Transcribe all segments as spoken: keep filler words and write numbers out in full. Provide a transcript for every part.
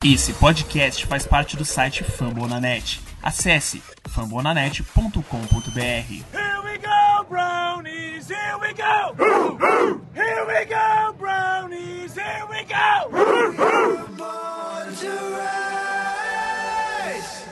Esse podcast faz parte do site Fambonanet. Acesse fambonanet ponto com ponto b r. Here we go, brownies, here we go! Here we go, brownies, here we go! We're born to rise.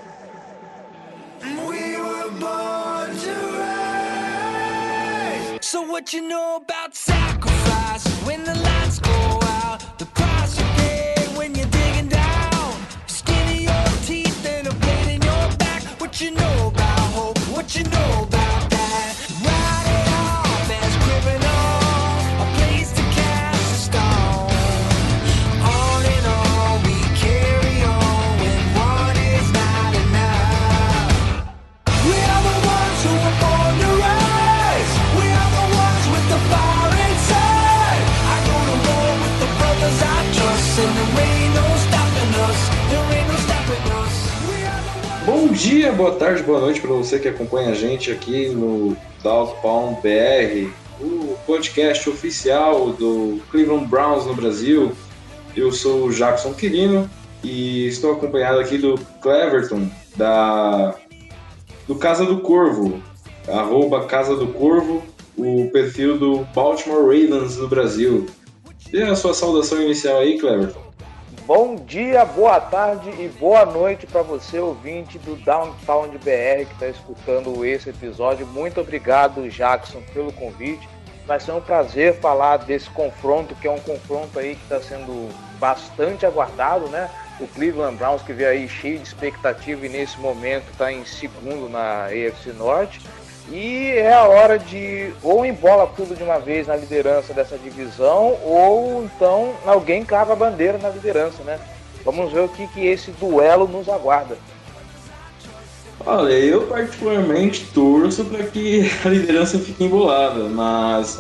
We were born to rise. So what you know about sacrifice? When the lights go out, the price you pay when you're digging down. Skin of your teeth and a pain in your back. What you know about hope? What you know about that? Write it off as criminal, a place to cast a stone. On and on we carry on when one is not enough. We are the ones who were born to rise. We are the ones with the fire inside. I go to war with the brothers I trust, and there ain't no stopping us. There ain't no stopping us. We are the ones. Bom dia, boa tarde, boa noite para você que acompanha a gente aqui no Downtown B R, o podcast oficial do Cleveland Browns no Brasil. Eu sou o Jackson Quirino e estou acompanhado aqui do Cleverton, da, do Casa do Corvo, arroba Casa do Corvo, o perfil do Baltimore Ravens no Brasil. Dê a sua saudação inicial aí, Cleverton. Bom dia, boa tarde e boa noite para você, ouvinte do Downtown de B R que está escutando esse episódio. Muito obrigado, Jackson, pelo convite. Vai ser um prazer falar desse confronto, que é um confronto aí que está sendo bastante aguardado, né? O Cleveland Browns, que veio aí cheio de expectativa e nesse momento está em segundo na A F C Norte. E é a hora de ou embola tudo de uma vez na liderança dessa divisão, ou então alguém cava a bandeira na liderança, né? Vamos ver o que, que esse duelo nos aguarda. Olha, eu particularmente torço para que a liderança fique embolada, mas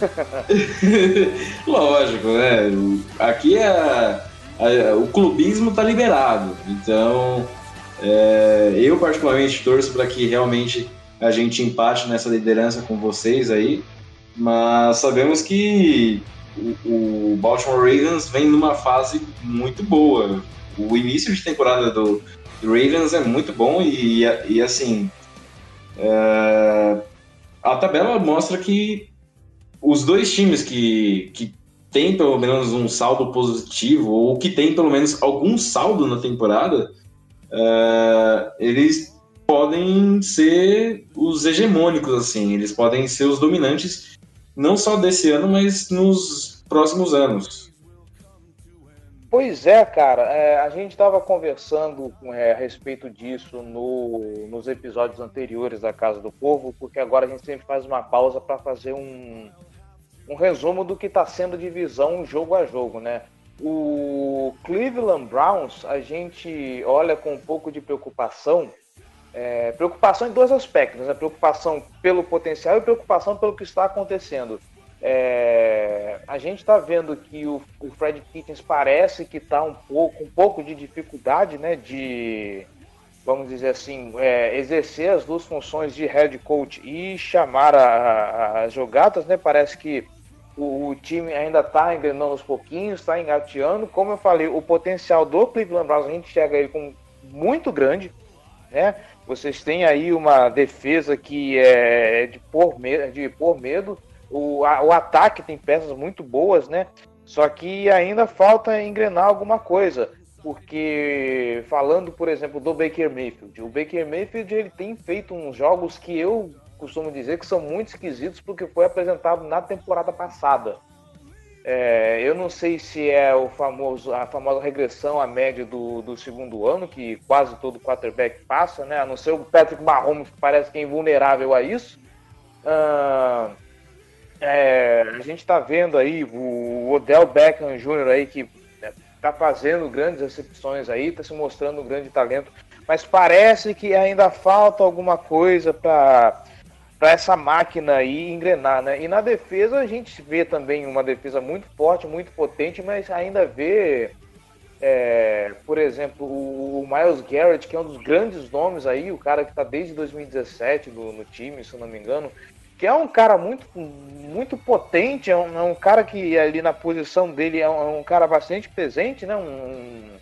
lógico, né? Aqui é a, a, o clubismo tá liberado, então é, eu particularmente torço para que realmente a gente empate nessa liderança com vocês aí, mas sabemos que o, o Baltimore Ravens vem numa fase muito boa. O início de temporada do, do Ravens é muito bom e, e assim, é, a tabela mostra que os dois times que, que têm pelo menos um saldo positivo, ou que têm pelo menos algum saldo na temporada, é, eles podem ser os hegemônicos, assim, eles podem ser os dominantes, não só desse ano, mas nos próximos anos. Pois é, cara, é, a gente estava conversando é, a respeito disso no, nos episódios anteriores da Casa do Corvo, porque agora a gente sempre faz uma pausa para fazer um, um resumo do que está sendo divisão jogo a jogo, né? O Cleveland Browns, a gente olha com um pouco de preocupação. É, preocupação em dois aspectos, né? Preocupação pelo potencial e preocupação pelo que está acontecendo. É, a gente está vendo que o, o Fred Kitchens parece que está um pouco, um pouco de dificuldade, né, de, vamos dizer assim, é, exercer as duas funções de head coach e chamar as jogadas, né? Parece que o, o time ainda está engrenando aos pouquinhos, está engateando. Como eu falei, o potencial do Cleveland Browns a gente enxerga ele como muito grande, né? Vocês têm aí uma defesa que é de pôr medo, de pôr medo. O, a, o ataque tem peças muito boas, né? Só que ainda falta engrenar alguma coisa. Porque, falando, por exemplo, do Baker Mayfield, o Baker Mayfield ele tem feito uns jogos que eu costumo dizer que são muito esquisitos porque foi apresentado na temporada passada. É, eu não sei se é o famoso, a famosa regressão à média do, do segundo ano, que quase todo quarterback passa, né? A não ser o Patrick Mahomes, que parece que é invulnerável a isso. Ah, é, a gente está vendo aí o Odell Beckham Júnior aí, que está fazendo grandes recepções aí, está se mostrando um grande talento, mas parece que ainda falta alguma coisa para para essa máquina aí engrenar, né? E na defesa a gente vê também uma defesa muito forte, muito potente, mas ainda vê, é, por exemplo, o Myles Garrett, que é um dos grandes nomes aí, o cara que está desde dois mil e dezessete no, no time, se eu não me engano, que é um cara muito, muito potente, é um, é um cara que ali na posição dele é um, é um cara bastante presente, né? Um,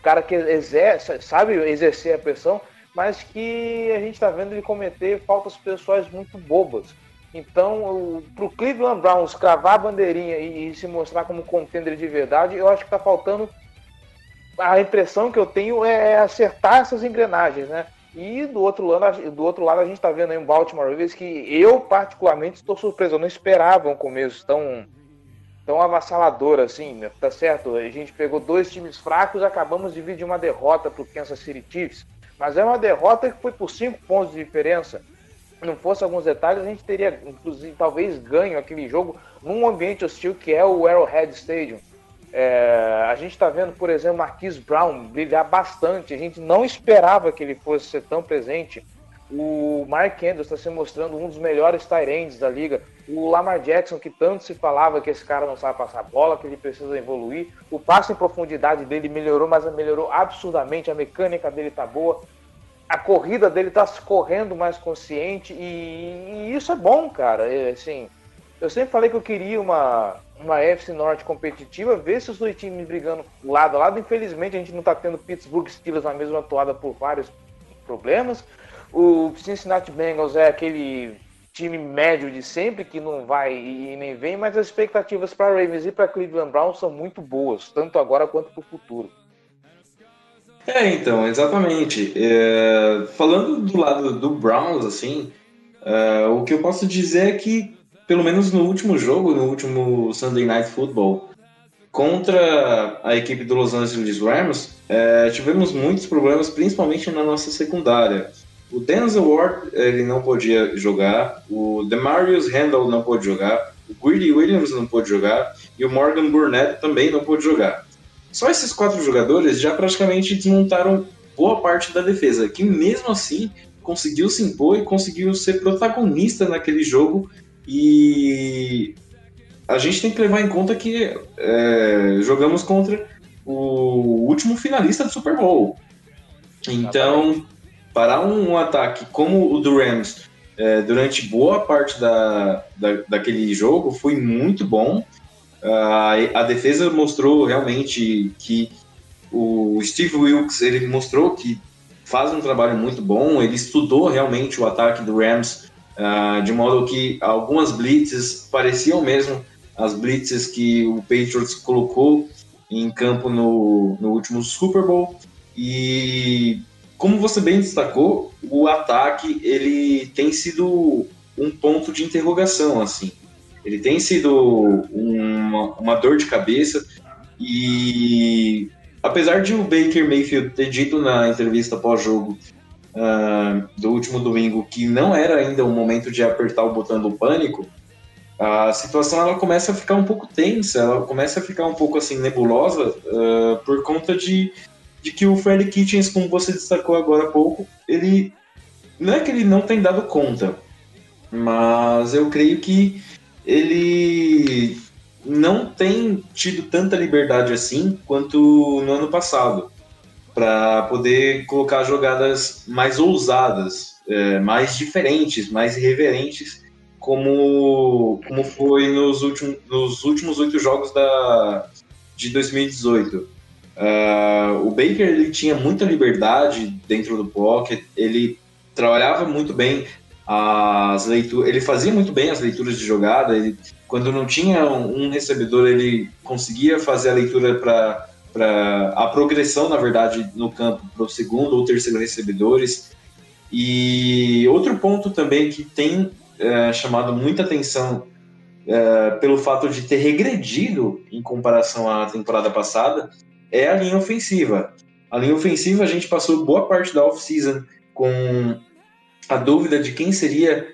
cara que exerce, sabe exercer a pressão, mas que a gente está vendo ele cometer faltas pessoais muito bobas. Então, para o Cleveland Browns cravar a bandeirinha e, e se mostrar como contender de verdade, eu acho que está faltando. A impressão que eu tenho é acertar essas engrenagens, né? E do outro lado, do outro lado a gente está vendo aí um Baltimore Ravens que eu particularmente estou surpreso. Eu não esperava um começo tão, tão avassalador assim, né? Tá certo? A gente pegou dois times fracos e acabamos de vir de uma derrota para o Kansas City Chiefs. Mas é uma derrota que foi por cinco pontos de diferença. Se não fosse alguns detalhes, a gente teria, inclusive, talvez ganho aquele jogo num ambiente hostil que é o Arrowhead Stadium. É, a gente está vendo, por exemplo, Marquise Brown brilhar bastante. A gente não esperava que ele fosse ser tão presente. O Mark Andrews está se mostrando um dos melhores tight ends da liga. O Lamar Jackson, que tanto se falava que esse cara não sabe passar bola, que ele precisa evoluir. O passe em profundidade dele melhorou, mas melhorou absurdamente. A mecânica dele está boa. A corrida dele está correndo mais consciente. E, e isso é bom, cara. É, assim, eu sempre falei que eu queria uma, uma A F C Norte competitiva, ver se os dois times brigando lado a lado. Infelizmente, a gente não está tendo Pittsburgh Steelers na mesma toada por vários problemas. O Cincinnati Bengals é aquele time médio de sempre, que não vai e nem vem, mas as expectativas para Ravens e para Cleveland Browns são muito boas, tanto agora quanto para o futuro. É, então, exatamente. É, falando do lado do Browns, assim, é, o que eu posso dizer é que, pelo menos no último jogo, no último Sunday Night Football, contra a equipe do Los Angeles Rams, é, tivemos muitos problemas, principalmente na nossa secundária. O Denzel Ward, ele não podia jogar, o Demarius Randall não pôde jogar, o Greedy Williams não pôde jogar e o Morgan Burnett também não pôde jogar. Só esses quatro jogadores já praticamente desmontaram boa parte da defesa, que mesmo assim conseguiu se impor e conseguiu ser protagonista naquele jogo. E a gente tem que levar em conta que é, jogamos contra o último finalista do Super Bowl. Então, parar um, um ataque como o do Rams é, durante boa parte da, da, daquele jogo foi muito bom. Uh, a defesa mostrou realmente que o Steve Wilkes, ele mostrou que faz um trabalho muito bom, ele estudou realmente o ataque do Rams, uh, de modo que algumas blitzes pareciam mesmo as blitzes que o Patriots colocou em campo no, no último Super Bowl. E como você bem destacou, o ataque ele tem sido um ponto de interrogação, assim. Ele tem sido uma, uma dor de cabeça e, apesar de o Baker Mayfield ter dito na entrevista pós-jogo uh, do último domingo que não era ainda o momento de apertar o botão do pânico, a situação ela começa a ficar um pouco tensa, ela começa a ficar um pouco assim nebulosa uh, por conta de, de que o Freddie Kitchens, como você destacou agora há pouco, ele não é que ele não tem dado conta, mas eu creio que ele não tem tido tanta liberdade assim quanto no ano passado, para poder colocar jogadas mais ousadas, é, mais diferentes, mais irreverentes, como, como foi nos últimos, nos últimos oito jogos da, de dois mil e dezoito. Uh, o Baker ele tinha muita liberdade dentro do pocket, ele trabalhava muito bem as leituras, ele fazia muito bem as leituras de jogada, ele, quando não tinha um recebedor, ele conseguia fazer a leitura para para a progressão, na verdade, no campo, para o segundo ou terceiro recebedores. E outro ponto também que tem é, chamado muita atenção é, pelo fato de ter regredido em comparação à temporada passada é a linha ofensiva. A linha ofensiva, a gente passou boa parte da off-season com a dúvida de quem seria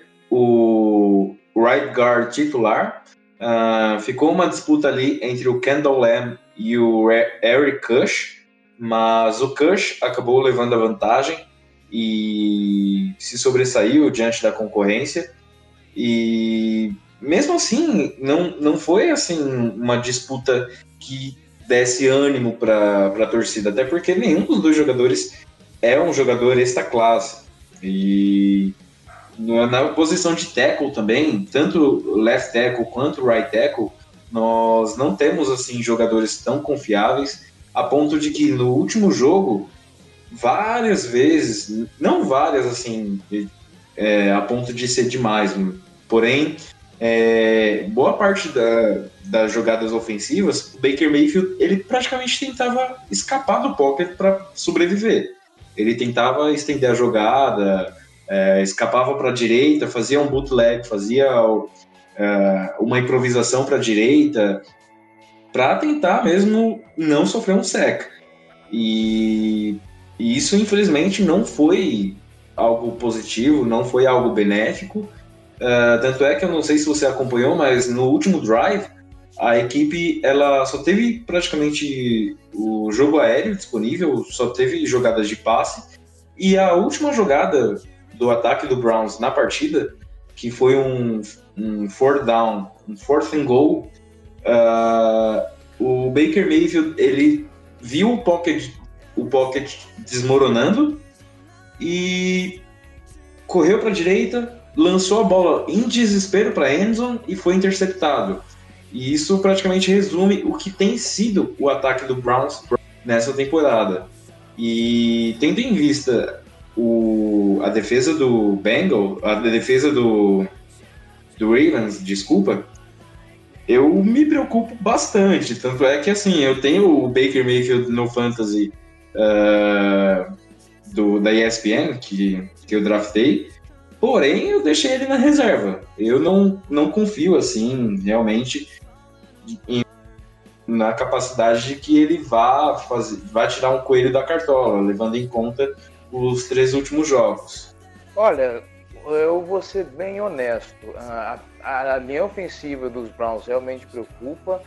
o right guard titular. Uh, ficou uma disputa ali entre o Kendall Lamb e o Eric Kush, mas o Kush acabou levando a vantagem e se sobressaiu diante da concorrência. E mesmo assim, não, não foi assim uma disputa que desse ânimo para a torcida, até porque nenhum dos dois jogadores é um jogador extra-classe. E na posição de tackle também, tanto left tackle quanto right tackle, nós não temos assim jogadores tão confiáveis. a ponto de que no último jogo, várias vezes, não várias assim, é, a ponto de ser demais, porém, é, boa parte da, das jogadas ofensivas, o Baker Mayfield, ele praticamente tentava escapar do pocket para sobreviver. Ele tentava estender a jogada, é, escapava para a direita, fazia um bootleg, fazia é, uma improvisação para a direita, para tentar mesmo não sofrer um sack. E, e isso, infelizmente, não foi algo positivo, não foi algo benéfico. Uh, tanto é que eu não sei se você acompanhou, mas no último drive, a equipe ela só teve praticamente o jogo aéreo disponível, só teve jogadas de passe. E a última jogada do ataque do Browns na partida, que foi um, um fourth down, um fourth and goal, uh, o Baker Mayfield ele viu o pocket, o pocket desmoronando e correu para a direita, lançou a bola em desespero para a endzone e foi interceptado. E isso praticamente resume o que tem sido o ataque do Browns nessa temporada. E tendo em vista o, a defesa do Bengals, a defesa do, do Ravens, desculpa, eu me preocupo bastante. Tanto é que assim, eu tenho o Baker Mayfield no Fantasy uh, do, da E S P N, que, que eu draftei, porém eu deixei ele na reserva. Eu não, não confio assim, realmente, em, na capacidade de que ele vá, fazer, vá tirar um coelho da cartola, levando em conta os três últimos jogos. Olha, eu vou ser bem honesto. A, a, a linha ofensiva dos Browns realmente preocupa.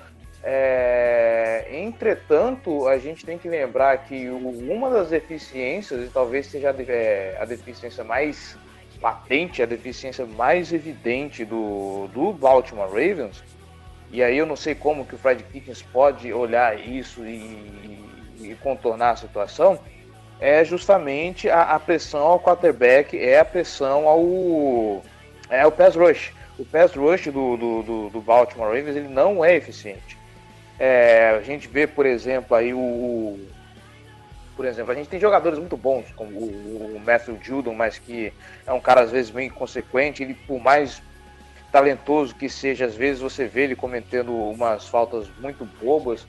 É, entretanto, a gente tem que lembrar que uma das deficiências, e talvez seja a, é, a deficiência mais patente, a deficiência mais evidente do, do Baltimore Ravens, e aí eu não sei como que o Fred Kitchens pode olhar isso e, e contornar a situação, é justamente a, a pressão ao quarterback, é a pressão ao é o pass rush. O pass rush do, do, do, do Baltimore Ravens ele não é eficiente. É, a gente vê, por exemplo, aí o, por exemplo, a gente tem jogadores muito bons, como o, o Matthew Judon, mas que é um cara às vezes meio inconsequente. Ele, por mais talentoso que seja, às vezes você vê ele cometendo umas faltas muito bobas.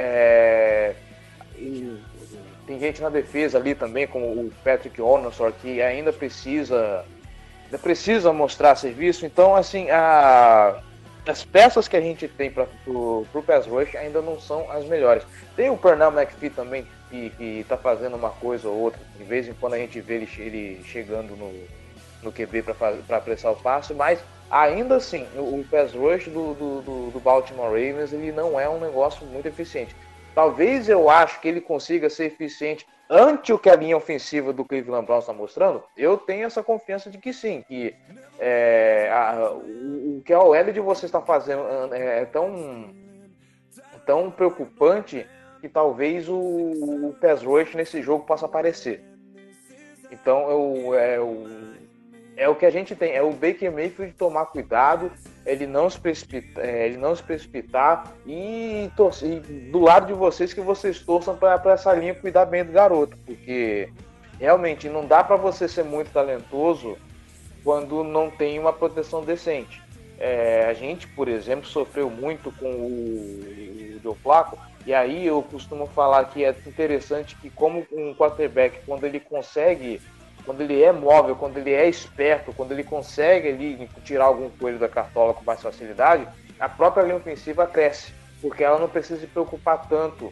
É, e, tem gente na defesa ali também, como o Patrick Onorsor, que ainda precisa, ainda precisa mostrar serviço. Então, assim, a, as peças que a gente tem para o pass rush ainda não são as melhores. Tem o Pernell McPhee também, que está fazendo uma coisa ou outra. De vez em quando a gente vê ele, ele chegando no, no Q B para apressar o passe, mas ainda assim, o, o pass rush do, do, do, do Baltimore Ravens ele não é um negócio muito eficiente. Talvez eu acho que ele consiga ser eficiente ante o que a linha ofensiva do Cleveland Browns está mostrando. Eu tenho essa confiança de que sim, que é, a, o, o que a O L de você está fazendo é tão, tão preocupante que talvez o, o pass rush nesse jogo possa aparecer. Então eu, é, o, é o que a gente tem, é o Baker Mayfield tomar cuidado, ele não se precipitar, é, ele não se precipitar e, torcer, e do lado de vocês que vocês torçam para essa linha cuidar bem do garoto, porque realmente não dá para você ser muito talentoso quando não tem uma proteção decente. É, a gente, por exemplo, sofreu muito com o, o Joe Flacco, e aí eu costumo falar que é interessante que como um quarterback, quando ele consegue, quando ele é móvel, quando ele é esperto, quando ele consegue ali tirar algum coelho da cartola com mais facilidade, a própria linha ofensiva cresce, porque ela não precisa se preocupar tanto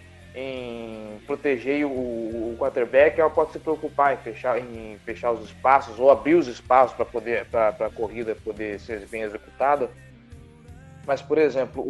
em proteger o, o quarterback, ela pode se preocupar em fechar, em fechar os espaços ou abrir os espaços para poder para a corrida poder ser bem executada. Mas, por exemplo,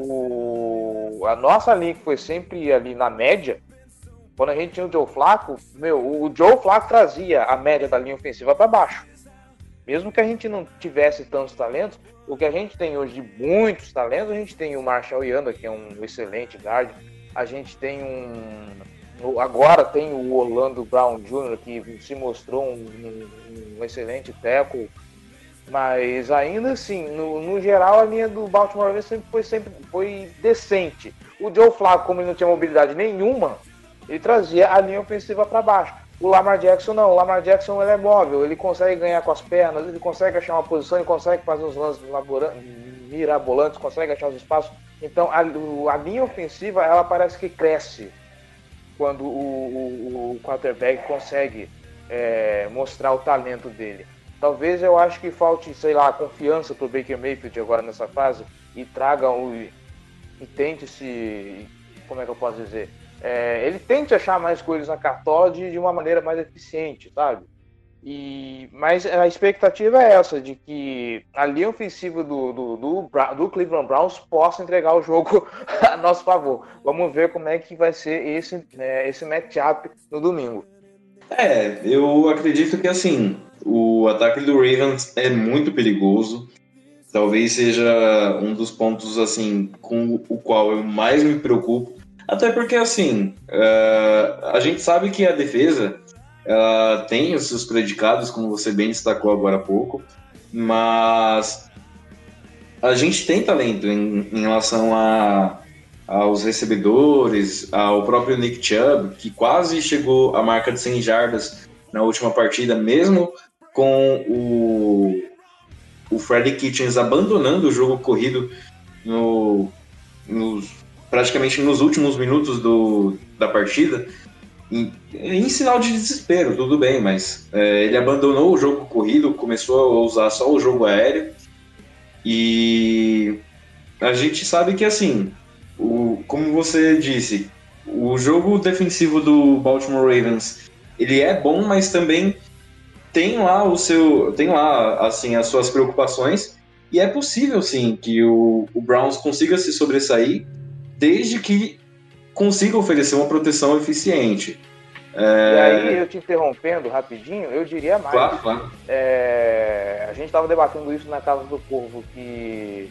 o, a nossa linha que foi sempre ali na média, quando a gente tinha o Joe Flacco, meu, o Joe Flacco trazia a média da linha ofensiva para baixo. Mesmo que a gente não tivesse tantos talentos, o que a gente tem hoje de muitos talentos, a gente tem o Marshall Yanda, que é um excelente guard, a gente tem um... Agora tem o Orlando Brown Júnior, que se mostrou um, um, um excelente tackle, mas ainda assim, no, no geral, a linha do Baltimore Ravens sempre foi, sempre foi decente. O Joe Flacco, como ele não tinha mobilidade nenhuma, ele trazia a linha ofensiva para baixo. O Lamar Jackson não, o Lamar Jackson ele é móvel, ele consegue ganhar com as pernas, ele consegue achar uma posição, ele consegue fazer uns lances mirabolantes, consegue achar os espaços. Então a, a linha ofensiva ela parece que cresce quando o, o, o quarterback consegue é, mostrar o talento dele. Talvez eu acho que falte, sei lá, confiança pro Baker Mayfield agora nessa fase e traga o e tente se, como é que eu posso dizer, é, ele tente achar mais coisas na cartola de, de uma maneira mais eficiente, sabe? E, mas a expectativa é essa, de que a linha ofensiva do, do, do, do Cleveland Browns possa entregar o jogo a nosso favor. Vamos ver como é que vai ser esse, é, esse matchup no domingo. É, eu acredito que assim, o ataque do Ravens é muito perigoso. Talvez seja um dos pontos assim com o qual eu mais me preocupo. Até porque assim, uh, a gente sabe que a defesa ela tem os seus predicados, como você bem destacou agora há pouco, mas a gente tem talento em, em relação a, aos recebedores, ao próprio Nick Chubb, que quase chegou à marca de cem jardas na última partida, mesmo com o, o Freddie Kitchens abandonando o jogo corrido no, nos, praticamente nos últimos minutos do, da partida. Em, em sinal de desespero, tudo bem, mas é, ele abandonou o jogo corrido, começou a usar só o jogo aéreo, e a gente sabe que assim, o, como você disse, o jogo defensivo do Baltimore Ravens, ele é bom, mas também tem lá o seu, tem lá assim as suas preocupações, e é possível sim que o, o Browns consiga se sobressair, desde que consiga oferecer uma proteção eficiente. É... E aí, eu te interrompendo rapidinho, eu diria mais. Claro, claro. É... A gente estava debatendo isso na Casa do Corvo, que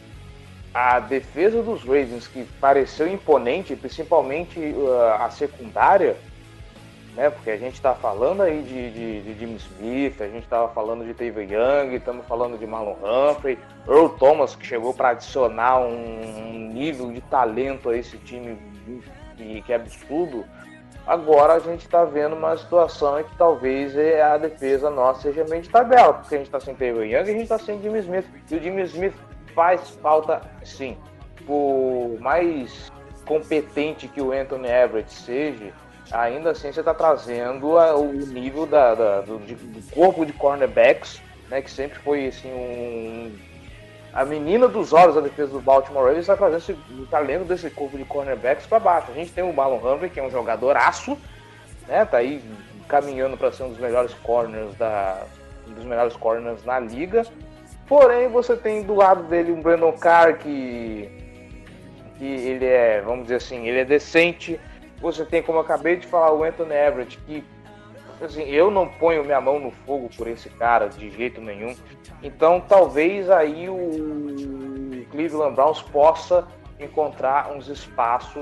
a defesa dos Ravens, que pareceu imponente, principalmente uh, a secundária, né? Porque a gente está falando aí de, de, de Jimmy Smith, a gente estava falando de Tavon Young, estamos falando de Marlon Humphrey, Earl Thomas, que chegou para adicionar um nível de talento a esse time que, que é absurdo. Agora a gente está vendo uma situação em que talvez a defesa nossa seja meio de tabela, porque a gente está sem Tavon Young e a gente está sem Jimmy Smith. E o Jimmy Smith faz falta, sim. Por mais competente que o Anthony Everett seja, ainda assim você está trazendo a, o nível da, da, do, de, do corpo de cornerbacks, né, que sempre foi assim, um, a menina dos olhos da defesa do Baltimore Ravens, está trazendo esse, o talento desse corpo de cornerbacks para baixo. A gente tem o Marlon Humphrey, que é um jogadoraço, né, tá aí caminhando para ser um dos melhores corners da, um dos melhores corners na liga. Porém, você tem do lado dele um Brandon Carr que, que ele é, vamos dizer assim, ele é decente. Você tem, como eu acabei de falar, o Anthony Everett, que assim, eu não ponho minha mão no fogo por esse cara de jeito nenhum. Então, talvez aí o Cleveland Browns possa encontrar uns espaços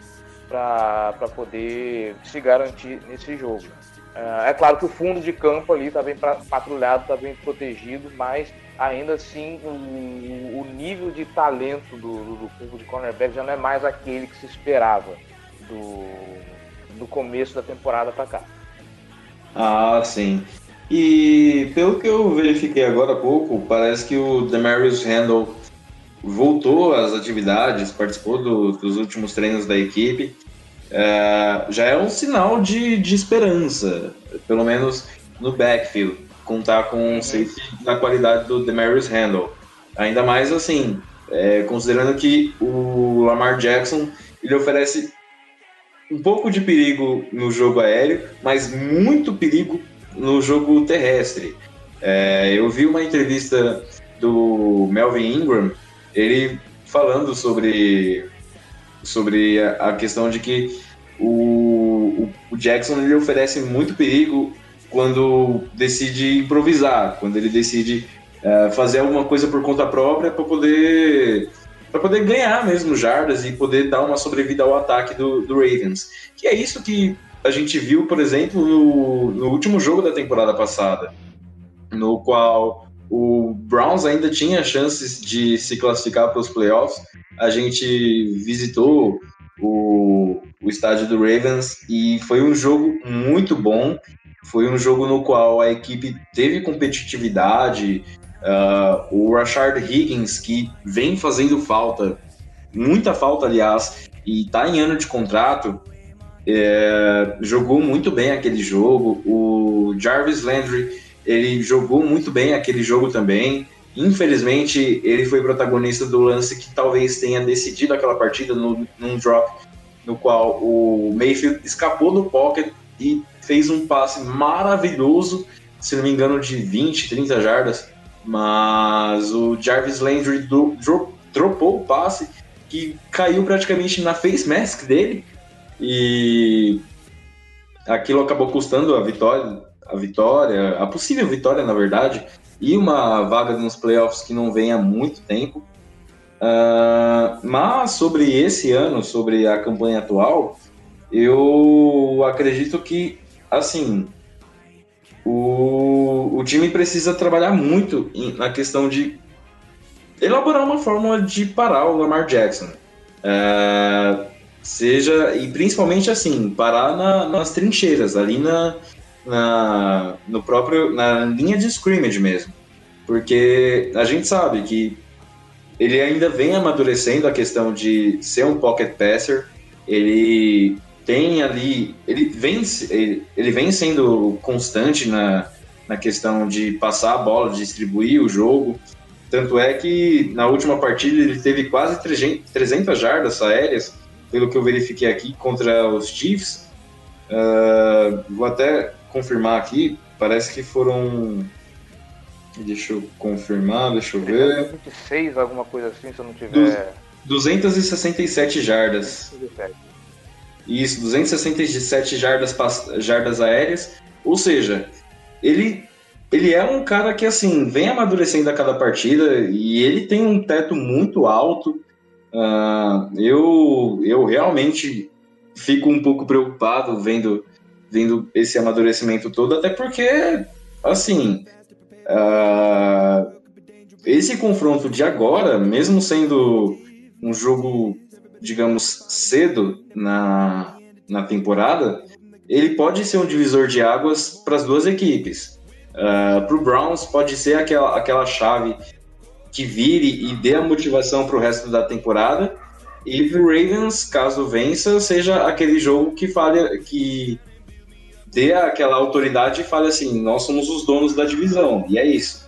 para poder se garantir nesse jogo. Uh, é claro que o fundo de campo ali está bem patrulhado, está bem protegido, mas ainda assim o, o nível de talento do, do, do corpo de cornerback já não é mais aquele que se esperava do, do começo da temporada para cá. Ah, sim. E pelo que eu verifiquei agora há pouco, parece que o Demarius Randall voltou às atividades, participou do, dos últimos treinos da equipe. É, já é um sinal de, de esperança, pelo menos no backfield, contar com um safety da qualidade do Demarius Randall. Ainda mais assim, é, considerando que o Lamar Jackson ele oferece um pouco de perigo no jogo aéreo, mas muito perigo no jogo terrestre. É, eu vi uma entrevista do Melvin Ingram, ele falando sobre, sobre a, a questão de que o, o Jackson ele oferece muito perigo quando decide improvisar, quando ele decide uh, fazer alguma coisa por conta própria para poder... para poder ganhar mesmo jardas e poder dar uma sobrevida ao ataque do, do Ravens. Que é isso que a gente viu, por exemplo, no, no último jogo da temporada passada, no qual o Browns ainda tinha chances de se classificar para os playoffs. A gente visitou o, o estádio do Ravens, e foi um jogo muito bom. Foi um jogo no qual a equipe teve competitividade. Uh, o Rashard Higgins, que vem fazendo falta, muita falta, aliás, e está em ano de contrato, é, jogou muito bem aquele jogo. O Jarvis Landry, ele jogou muito bem aquele jogo também. Infelizmente, ele foi protagonista do lance que talvez tenha decidido aquela partida no, num drop, no qual o Mayfield escapou do pocket e fez um passe maravilhoso, se não me engano, de vinte, trinta jardas, mas o Jarvis Landry do, dro, dropou o passe, que caiu praticamente na face mask dele, e aquilo acabou custando a vitória, a vitória, a possível vitória, na verdade, e uma vaga nos playoffs que não vem há muito tempo. Uh, mas sobre esse ano, sobre a campanha atual, eu acredito que, assim, o, o time precisa trabalhar muito na questão de elaborar uma fórmula de parar o Lamar Jackson. Uh, seja, e principalmente assim, parar na, nas trincheiras, ali na, na, no próprio, na linha de scrimmage mesmo. Porque a gente sabe que ele ainda vem amadurecendo a questão de ser um pocket passer. Ele tem ali, ele vem, ele, ele vem sendo constante na, na questão de passar a bola, de distribuir o jogo. Tanto é que na última partida ele teve quase trezentas jardas aéreas, pelo que eu verifiquei aqui, contra os Chiefs. Uh, vou até confirmar aqui, parece que foram... Deixa eu confirmar, deixa eu ver... vinte e seis, alguma coisa assim, se eu não tiver... duzentas e sessenta e sete jardas. Isso, duzentas e sessenta e sete jardas, jardas aéreas. Ou seja, ele, ele é um cara que, assim, vem amadurecendo a cada partida e ele tem um teto muito alto. Uh, eu, eu realmente fico um pouco preocupado vendo, vendo esse amadurecimento todo, até porque, assim... Uh, esse confronto de agora, mesmo sendo um jogo, digamos, cedo na, na temporada, ele pode ser um divisor de águas para as duas equipes. Uh, para o Browns pode ser aquela, aquela chave que vire e dê a motivação para o resto da temporada, e para o Ravens, caso vença, seja aquele jogo que fale, que dê aquela autoridade e fale assim, nós somos os donos da divisão, e é isso.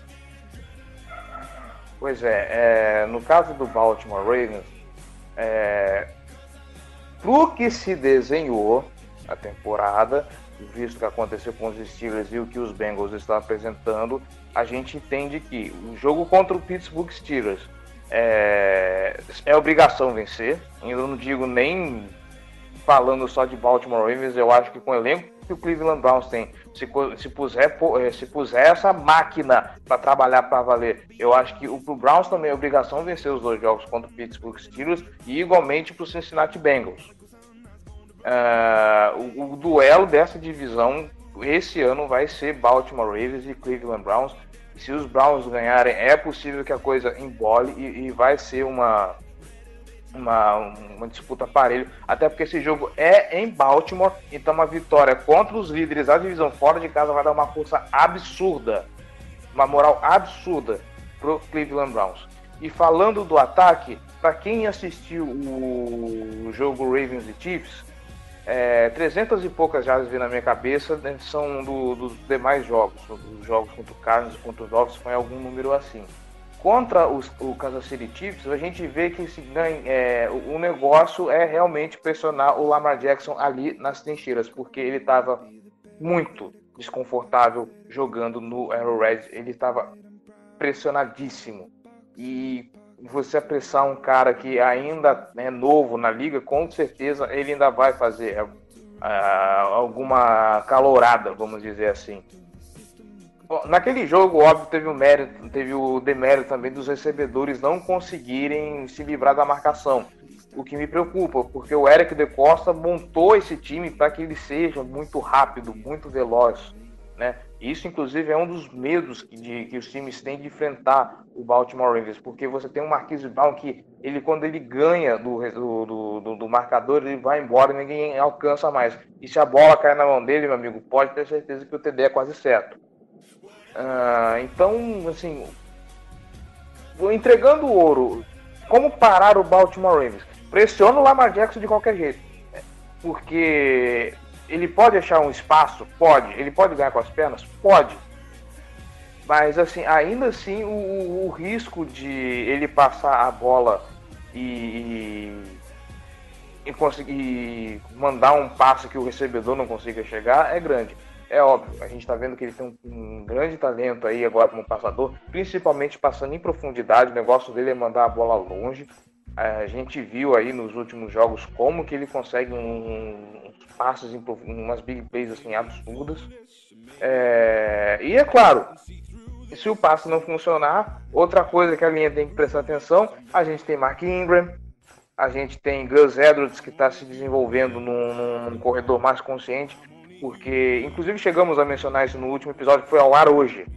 Pois é, é no caso do Baltimore Ravens, é, pro que se desenhou a temporada, visto o que aconteceu com os Steelers e o que os Bengals estão apresentando, a gente entende que o jogo contra o Pittsburgh Steelers é, é obrigação vencer. Eu não digo nem falando só de Baltimore Ravens, eu acho que com o elenco que o Cleveland Browns tem, se, se, puser, se puser essa máquina para trabalhar para valer, eu acho que o pro Browns também é obrigação vencer os dois jogos contra o Pittsburgh Steelers e igualmente para o Cincinnati Bengals. Uh, o, o duelo dessa divisão esse ano vai ser Baltimore Ravens e Cleveland Browns. E se os Browns ganharem, é possível que a coisa embole e, e vai ser uma Uma, uma disputa parelho, até porque esse jogo é em Baltimore, então uma vitória contra os líderes da divisão fora de casa vai dar uma força absurda, uma moral absurda pro Cleveland Browns. E falando do ataque, para quem assistiu o jogo Ravens e Chiefs, é, trezentas e poucas jardas vi na minha cabeça, né, são do, dos demais jogos, os jogos contra o Cardinals e contra os Dolphins, foi algum número assim. Contra os, o Kansas City Chiefs, a gente vê que se ganha, é, o, o negócio é realmente pressionar o Lamar Jackson ali nas trincheiras, porque ele estava muito desconfortável jogando no Arrowhead, ele estava pressionadíssimo. E você apressar um cara que ainda é novo na liga, com certeza ele ainda vai fazer uh, alguma calorada, vamos dizer assim. Naquele jogo, óbvio, teve o mérito, teve o demérito também dos recebedores não conseguirem se livrar da marcação. O que me preocupa, porque o Eric De Costa montou esse time para que ele seja muito rápido, muito veloz. né? Isso, inclusive, é um dos medos que, de, que os times têm de enfrentar o Baltimore Ravens, porque você tem um Marquise Brown que, ele, quando ele ganha do, do, do, do marcador, ele vai embora e ninguém alcança mais. E se a bola cai na mão dele, meu amigo, pode ter certeza que o T D é quase certo. Uh, então, assim, entregando o ouro, como parar o Baltimore Ravens? Pressiona o Lamar Jackson de qualquer jeito, porque ele pode achar um espaço? Pode. Ele pode ganhar com as pernas? Pode. Mas, assim, ainda assim, o, o risco de ele passar a bola e, e, e conseguir mandar um passe que o recebedor não consiga chegar é grande. É óbvio, a gente está vendo que ele tem um, um grande talento aí agora como passador, principalmente passando em profundidade. O negócio dele é mandar a bola longe. A gente viu aí nos últimos jogos como que ele consegue um, uns passes, em, umas big plays assim, absurdas. É, e é claro, se o passe não funcionar, outra coisa que a linha tem que prestar atenção, a gente tem Mark Ingram, a gente tem Gus Edwards, que está se desenvolvendo num, num corredor mais consciente, porque, inclusive, chegamos a mencionar isso no último episódio que foi ao ar hoje.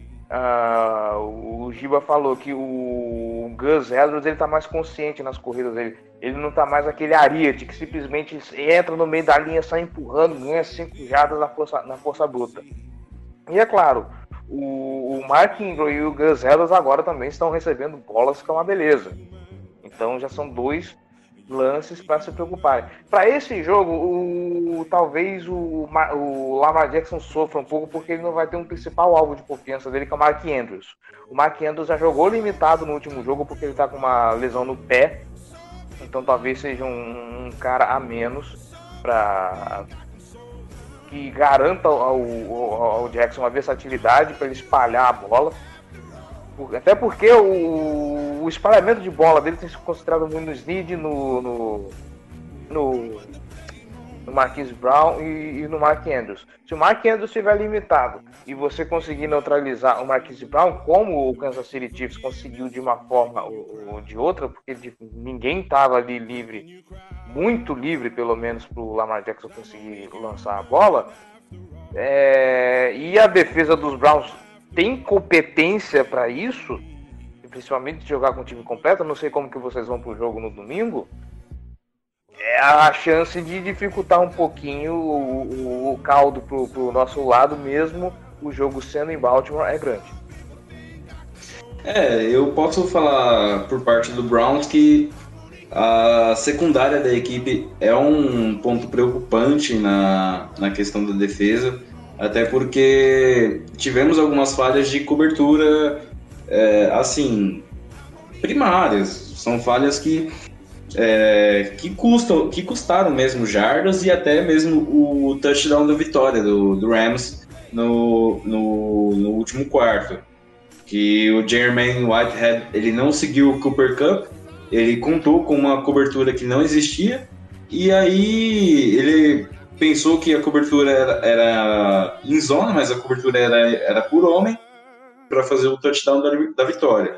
Uh, o Giba falou que o Gus Edwards ele tá mais consciente nas corridas dele. Ele não tá mais aquele ariete que simplesmente entra no meio da linha, sai empurrando, ganha cinco jardas na força, na força bruta. E é claro, o, o Mark Ingram e o Gus Edwards agora também estão recebendo bolas, que é uma beleza. Então já são dois lances para se preocuparem. Para esse jogo, o, talvez o, o Lamar Jackson sofra um pouco, porque ele não vai ter um principal alvo de confiança dele, que é o Mark Andrews. O Mark Andrews já jogou limitado no último jogo, porque ele está com uma lesão no pé, então talvez seja um, um cara a menos para que garanta ao, ao, ao Jackson uma versatilidade para ele espalhar a bola. Até porque o, o espalhamento de bola dele tem sido concentrado muito no Snead, no, no, no, no Marquise Brown e, e no Mark Andrews. Se o Mark Andrews estiver limitado e você conseguir neutralizar o Marquise Brown, como o Kansas City Chiefs conseguiu de uma forma ou, ou de outra, porque de, ninguém estava ali livre, muito livre pelo menos, para o Lamar Jackson conseguir lançar a bola, é, e a defesa dos Browns tem competência para isso, principalmente de jogar com o time completo. Eu não sei como que vocês vão pro jogo no domingo. É a chance de dificultar um pouquinho o, o, o caldo pro, pro nosso lado, mesmo o jogo sendo em Baltimore, é grande. É, eu posso falar por parte do Browns que a secundária da equipe é um ponto preocupante na, na questão da defesa. Até porque tivemos algumas falhas de cobertura, é, assim, primárias. São falhas que, é, que, custam, que custaram mesmo jardas e até mesmo o touchdown da vitória do, do Rams no, no, no último quarto. Que o Jermaine Whitehead ele não seguiu o Cooper Kupp, ele contou com uma cobertura que não existia, e aí ele pensou que a cobertura era, era em zona, mas a cobertura era, era por homem, para fazer o touchdown da, da vitória.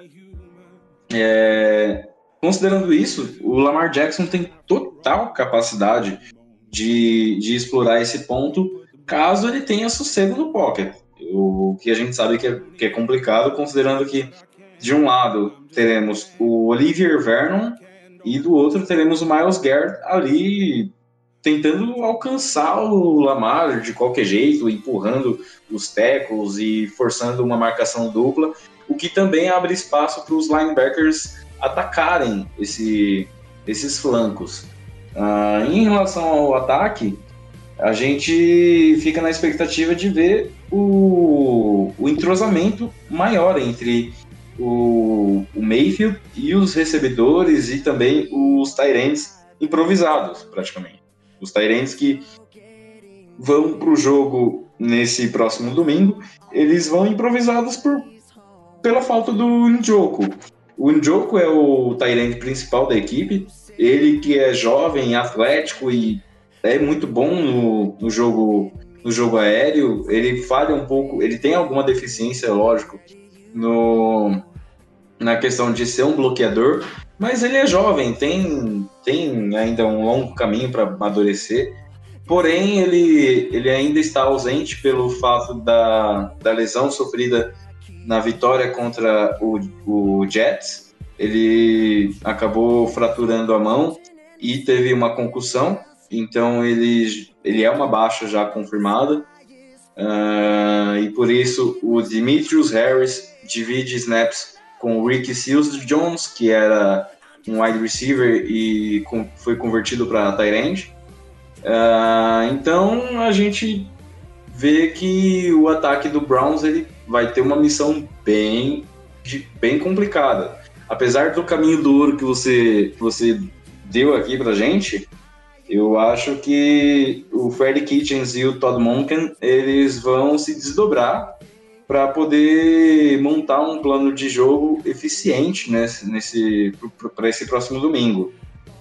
É, considerando isso, o Lamar Jackson tem total capacidade de, de explorar esse ponto, caso ele tenha sossego no pocket. O que a gente sabe que é, que é complicado, considerando que, de um lado, teremos o Olivier Vernon, e do outro teremos o Myles Garrett ali tentando alcançar o Lamar de qualquer jeito, empurrando os tackles e forçando uma marcação dupla, o que também abre espaço para os linebackers atacarem esse, esses flancos. Uh, em relação ao ataque, a gente fica na expectativa de ver o, o entrosamento maior entre o, o Mayfield e os recebedores e também os tight ends improvisados, praticamente. Os tight ends que vão para o jogo nesse próximo domingo, eles vão improvisados por, pela falta do Njoku. O Njoku é o tight end principal da equipe, ele que é jovem, atlético e é muito bom no, no, jogo, no jogo aéreo. Ele falha um pouco, ele tem alguma deficiência, lógico, no, na questão de ser um bloqueador, mas ele é jovem, tem, tem ainda um longo caminho para amadurecer. porém ele, ele ainda está ausente pelo fato da, da lesão sofrida na vitória contra o, o Jets. Ele acabou fraturando a mão e teve uma concussão, então ele, ele é uma baixa já confirmada. Uh, e por isso o Demetrius Harris divide snaps com o Ricky Seals-Jones, que era um wide receiver e com, foi convertido para tight end. Uh, então a gente vê que o ataque do Browns ele vai ter uma missão bem, bem complicada. Apesar do caminho duro que você, que você deu aqui pra gente, eu acho que o Freddie Kitchens e o Todd Monken, eles vão se desdobrar para poder montar um plano de jogo eficiente nesse, nesse, para esse próximo domingo.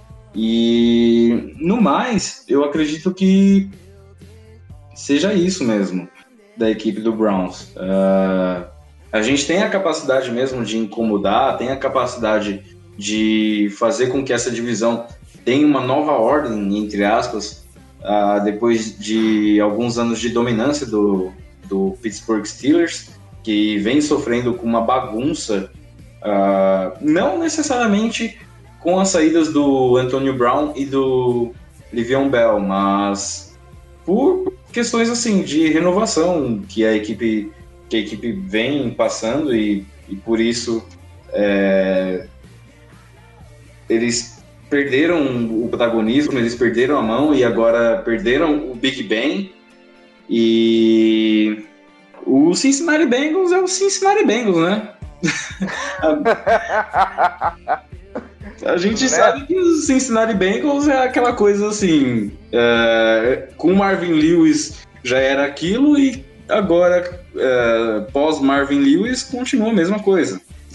E, no mais, eu acredito que seja isso mesmo da equipe do Browns. Uh, a gente tem a capacidade mesmo de incomodar, tem a capacidade de fazer com que essa divisão tenha uma nova ordem, entre aspas, uh, depois de alguns anos de dominância do, do Pittsburgh Steelers, que vem sofrendo com uma bagunça, uh, não necessariamente com as saídas do Antonio Brown e do Le'Veon Bell, mas por questões assim de renovação que a equipe, que a equipe vem passando e, e por isso é, eles perderam o protagonismo, eles perderam a mão e agora perderam o Big Ben. E o Cincinnati Bengals é o Cincinnati Bengals, né? A gente né? sabe que o Cincinnati Bengals é aquela coisa assim, é, com Marvin Lewis já era aquilo e agora, é, pós Marvin Lewis, continua a mesma coisa.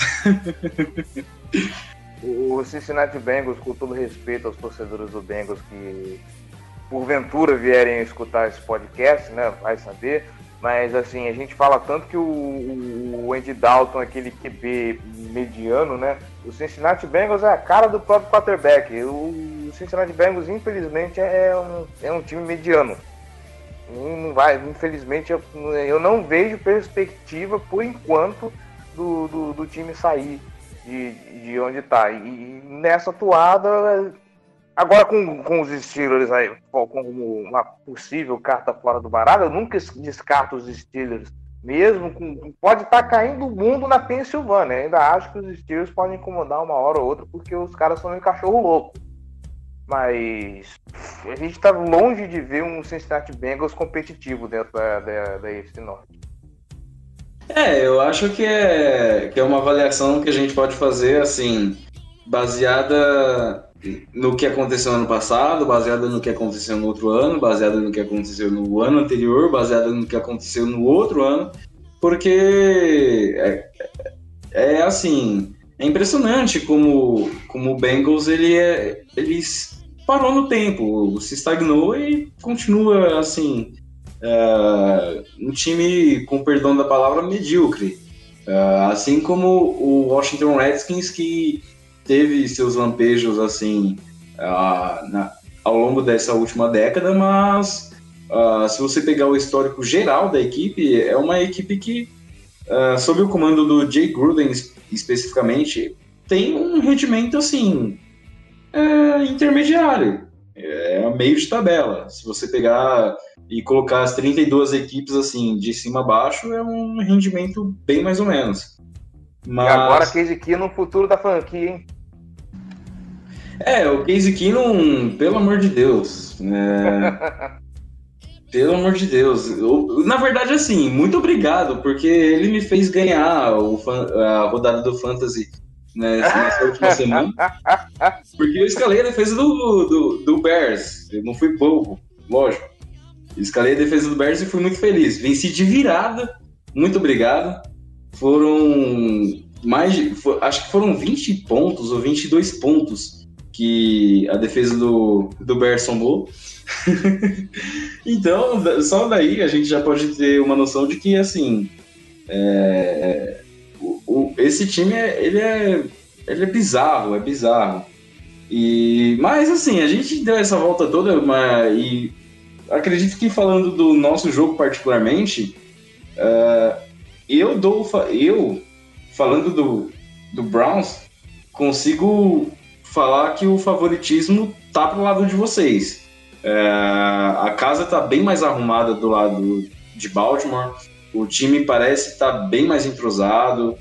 O Cincinnati Bengals, com todo respeito aos torcedores do Bengals que porventura vierem escutar esse podcast, né, vai saber, mas assim, a gente fala tanto que o, o Andy Dalton, aquele Q B mediano, né, o Cincinnati Bengals é a cara do próprio quarterback. O Cincinnati Bengals, infelizmente, é um, é um time mediano. Não vai, infelizmente, eu, eu não vejo perspectiva, por enquanto, do, do, do time sair de, de onde está. E, e nessa atuada, agora com, com os Steelers aí, como uma possível carta fora do baralho, eu nunca descarto os Steelers. Mesmo com, pode estar tá caindo o mundo na Pensilvânia. Ainda acho que os Steelers podem incomodar uma hora ou outra, porque os caras são um cachorro louco. Mas a gente está longe de ver um Cincinnati Bengals competitivo dentro da, da, da A F C Norte. É, eu acho que é, que é uma avaliação que a gente pode fazer, assim, baseada no que aconteceu no ano passado, baseada no que aconteceu no outro ano, baseada no que aconteceu no ano anterior, baseada no que aconteceu no outro ano, porque é, é assim, é impressionante como, como o Bengals ele, é, ele parou no tempo, se estagnou e continua assim, é, um time, com perdão da palavra, medíocre, é, assim como o Washington Redskins, que teve seus lampejos assim uh, na, ao longo dessa última década, mas uh, se você pegar o histórico geral da equipe, é uma equipe que, uh, sob o comando do Jay Gruden especificamente, tem um rendimento assim é, intermediário, é meio de tabela. Se você pegar e colocar as trinta e duas equipes assim de cima a baixo, é um rendimento bem mais ou menos. Mas... E agora Case Keenum no futuro da franquia, hein? É, o Case Keenum, pelo amor de Deus. É... pelo amor de Deus. Eu, na verdade, assim, muito obrigado, porque ele me fez ganhar o, a rodada do Fantasy né, nessa última semana. Porque eu escalei a defesa do, do, do Bears. Eu não fui bobo, lógico. Eu escalei a defesa do Bears e fui muito feliz. Venci de virada. Muito obrigado. Foram mais de, for, acho que foram vinte pontos ou vinte e dois pontos que a defesa do, do Bears tomou. Então, só daí a gente já pode ter uma noção de que, assim, é, o, o, esse time, é, ele, é, ele é bizarro, é bizarro. E, mas, assim, a gente deu essa volta toda uma, e acredito que falando do nosso jogo particularmente, uh, eu dou, eu falando do, do Browns, consigo falar que o favoritismo tá pro lado de vocês. Uh, a casa tá bem mais arrumada do lado de Baltimore, o time parece estar tá bem mais entrosado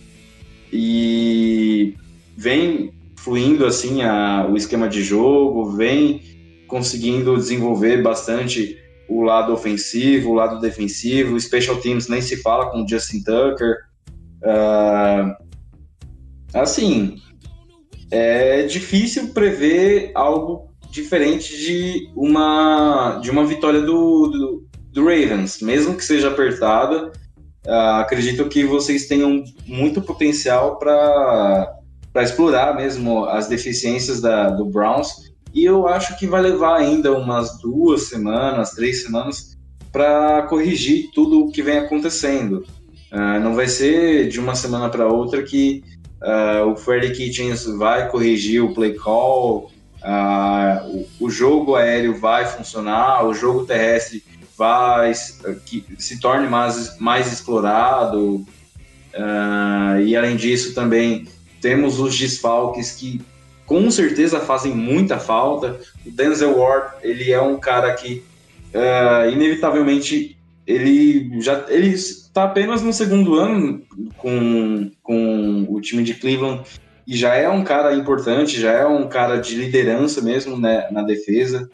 e vem fluindo assim a, o esquema de jogo, vem conseguindo desenvolver bastante o lado ofensivo, o lado defensivo, special teams nem se fala com o Justin Tucker. Uh, assim, é difícil prever algo diferente de uma, de uma vitória do, do, do Ravens, mesmo que seja apertada. Uh, acredito que vocês tenham muito potencial para para explorar mesmo as deficiências da, do Browns, e eu acho que vai levar ainda umas duas semanas, três semanas para corrigir tudo o que vem acontecendo. Uh, não vai ser de uma semana para outra que uh, o Freddie Kitchens vai corrigir o play call, uh, o, o jogo aéreo vai funcionar, o jogo terrestre vai uh, que se torne mais, mais explorado, uh, e além disso também temos os desfalques que com certeza fazem muita falta. O Denzel Ward, ele é um cara que uh, inevitavelmente ele já ele está apenas no segundo ano com, com o time de Cleveland e já é um cara importante, já é um cara de liderança mesmo, né, na defesa.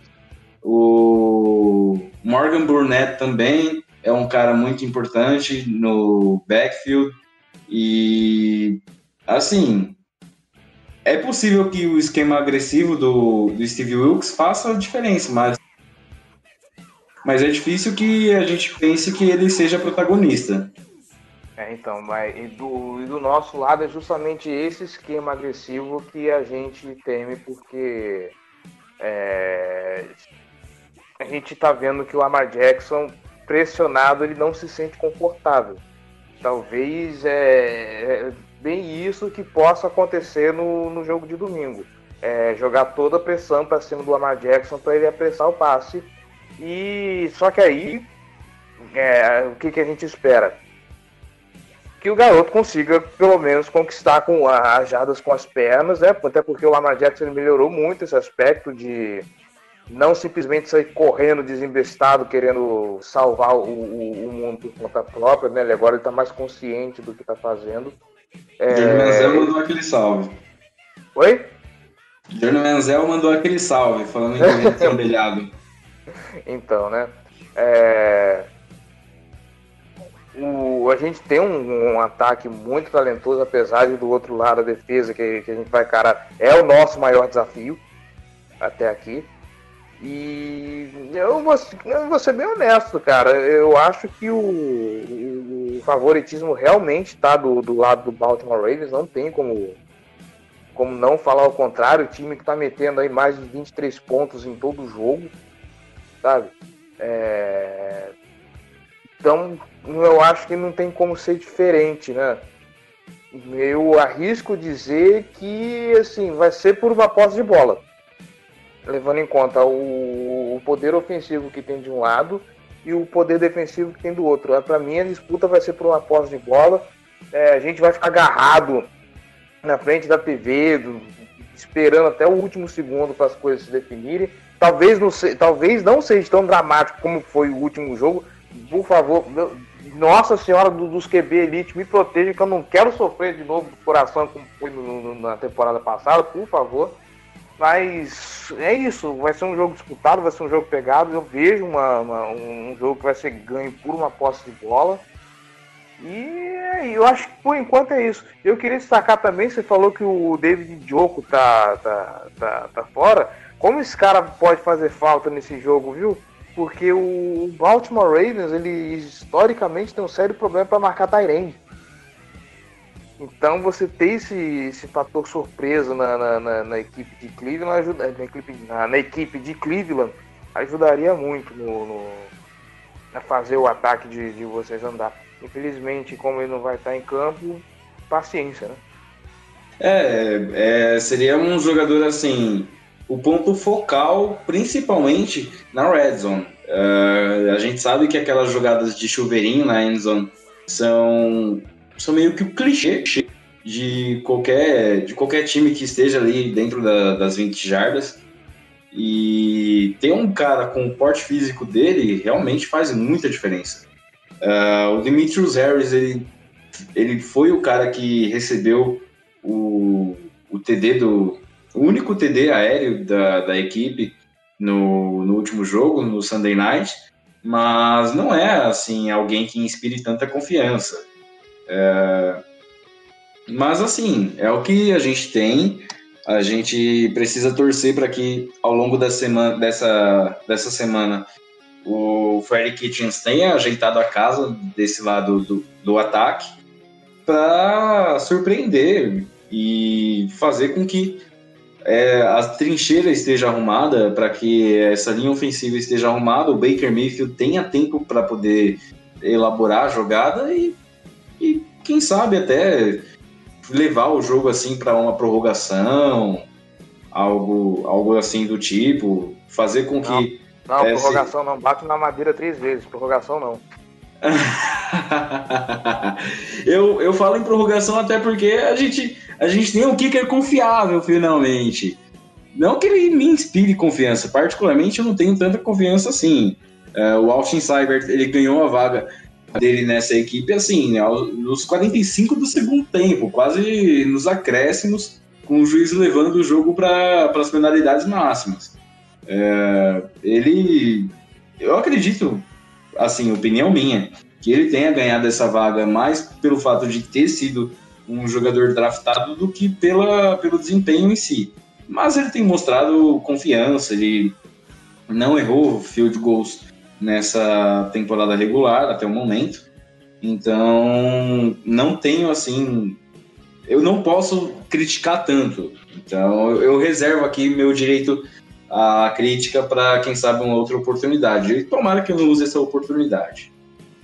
O Morgan Burnett também é um cara muito importante no backfield e assim, é possível que o esquema agressivo do, do Steve Wilkes faça a diferença, mas, mas é difícil que a gente pense que ele seja protagonista. É, então, mas e do, e do nosso lado é justamente esse esquema agressivo que a gente teme, porque é, a gente tá vendo que o Lamar Jackson, pressionado, ele não se sente confortável. Talvez é... é bem isso que possa acontecer no, no jogo de domingo. É, jogar toda a pressão para cima do Lamar Jackson para ele apressar o passe. E só que aí, é, o que, que a gente espera? Que o garoto consiga, pelo menos, conquistar com as jardas com as pernas, né? Até porque o Lamar Jackson ele melhorou muito esse aspecto de não simplesmente sair correndo desinvestado, querendo salvar o, o, o mundo por conta própria, né? Ele agora está mais consciente do que está fazendo. É... Johnny Manziel mandou aquele salve. Oi? Johnny Manziel mandou aquele salve, falando em corrente trambelhado. Então, né? É... O... A gente tem um, um ataque muito talentoso, apesar de do outro lado a defesa que, que a gente vai encarar é o nosso maior desafio até aqui. E eu vou, eu vou ser bem honesto, cara. Eu acho que o, o, o favoritismo realmente está do, do lado do Baltimore Ravens. Não tem como, como não falar o contrário. O time que está metendo aí mais de vinte e três pontos em todo o jogo, sabe? É... Então, eu acho que não tem como ser diferente, né? Eu arrisco dizer que, assim, vai ser por uma posse de bola. Levando em conta o, o poder ofensivo que tem de um lado e o poder defensivo que tem do outro. Para mim, a disputa vai ser por uma posse de bola. É, a gente vai ficar agarrado na frente da T V, do, esperando até o último segundo para as coisas se definirem. Talvez não, se, talvez não seja tão dramático como foi o último jogo. Por favor, meu, Nossa Senhora do, dos Q B Elite, me proteja, que eu não quero sofrer de novo do coração como foi no, no, na temporada passada, por favor. Mas é isso, vai ser um jogo disputado, vai ser um jogo pegado. Eu vejo uma, uma, um jogo que vai ser ganho por uma posse de bola. E eu acho que por enquanto é isso. Eu queria destacar também, você falou que o David Njoku tá, tá, tá, tá fora. Como esse cara pode fazer falta nesse jogo, viu? Porque o Baltimore Ravens, ele historicamente tem um sério problema para marcar tight end. Então você ter esse, esse fator surpresa na, na, na, na equipe de Cleveland ajuda, na, equipe, na, na equipe de Cleveland ajudaria muito no, no, a fazer o ataque de, de vocês andar. Infelizmente, como ele não vai estar em campo, paciência, né? É, é seria um jogador assim, o ponto focal, principalmente na Red Zone. Uh, a gente sabe que aquelas jogadas de chuveirinho na endzone são, são meio que o clichê de qualquer, de qualquer time que esteja ali dentro da, das vinte jardas. E ter um cara com o porte físico dele realmente faz muita diferença. Uh, o Demetrius Harris, ele, ele foi o cara que recebeu o, o T D do... o único T D aéreo da, da equipe no, no último jogo, no Sunday Night, mas não é assim alguém que inspire tanta confiança. É, mas assim, é o que a gente tem. A gente precisa torcer para que ao longo da semana, dessa, dessa semana o Freddie Kitchens tenha ajeitado a casa desse lado do, do ataque para surpreender e fazer com que é, a trincheira esteja arrumada, para que essa linha ofensiva esteja arrumada, o Baker Mayfield tenha tempo para poder elaborar a jogada e, e quem sabe até levar o jogo assim para uma prorrogação, algo, algo assim do tipo, fazer com que... Não, não é, prorrogação se... não, bate na madeira três vezes, prorrogação não. eu, eu falo em prorrogação até porque a gente, a gente tem um kicker confiável finalmente. Não que ele me inspire confiança, particularmente eu não tenho tanta confiança assim. Uh, o Austin Seibert, ele ganhou a vaga dele nessa equipe assim, nos quarenta e cinco do segundo tempo, quase nos acréscimos, com o juiz levando o jogo para as penalidades máximas. Uh, ele, eu acredito, assim, opinião minha, que ele tenha ganhado essa vaga mais pelo fato de ter sido um jogador draftado do que pela, pelo desempenho em si. Mas ele tem mostrado confiança, ele não errou field goals nessa temporada regular até o momento. Então, não tenho, assim... Eu não posso criticar tanto. Então, eu reservo aqui meu direito à crítica para, quem sabe, uma outra oportunidade. E tomara que eu não use essa oportunidade.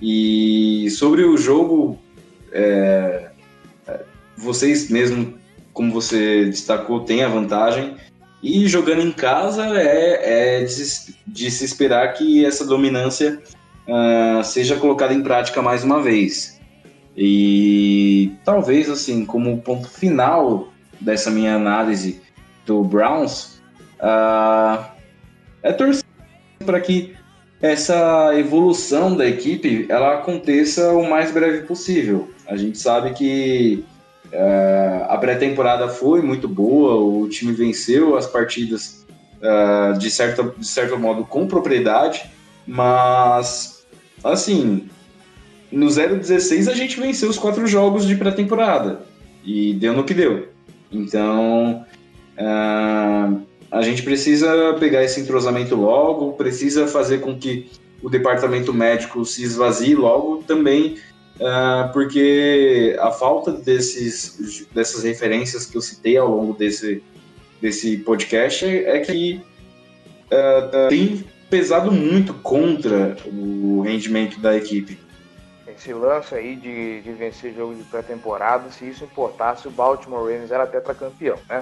E sobre o jogo, é, vocês mesmo, como você destacou, têm a vantagem. E jogando em casa é, é de, se, de se esperar que essa dominância uh, seja colocada em prática mais uma vez. E talvez, assim, como ponto final dessa minha análise do Browns, uh, é torcer para que essa evolução da equipe ela aconteça o mais breve possível. A gente sabe que uh, a pré-temporada foi muito boa, o time venceu as partidas uh, de, certa, de certo modo com propriedade, mas assim, no zero dezesseis a gente venceu os quatro jogos de pré-temporada e deu no que deu. Então uh, a gente precisa pegar esse entrosamento logo, precisa fazer com que o departamento médico se esvazie logo também, uh, porque a falta desses, dessas referências que eu citei ao longo desse, desse podcast é que uh, tem pesado muito contra o rendimento da equipe. Esse lance aí de, de vencer jogo de pré-temporada, se isso importasse, o Baltimore Ravens era tetracampeão, né?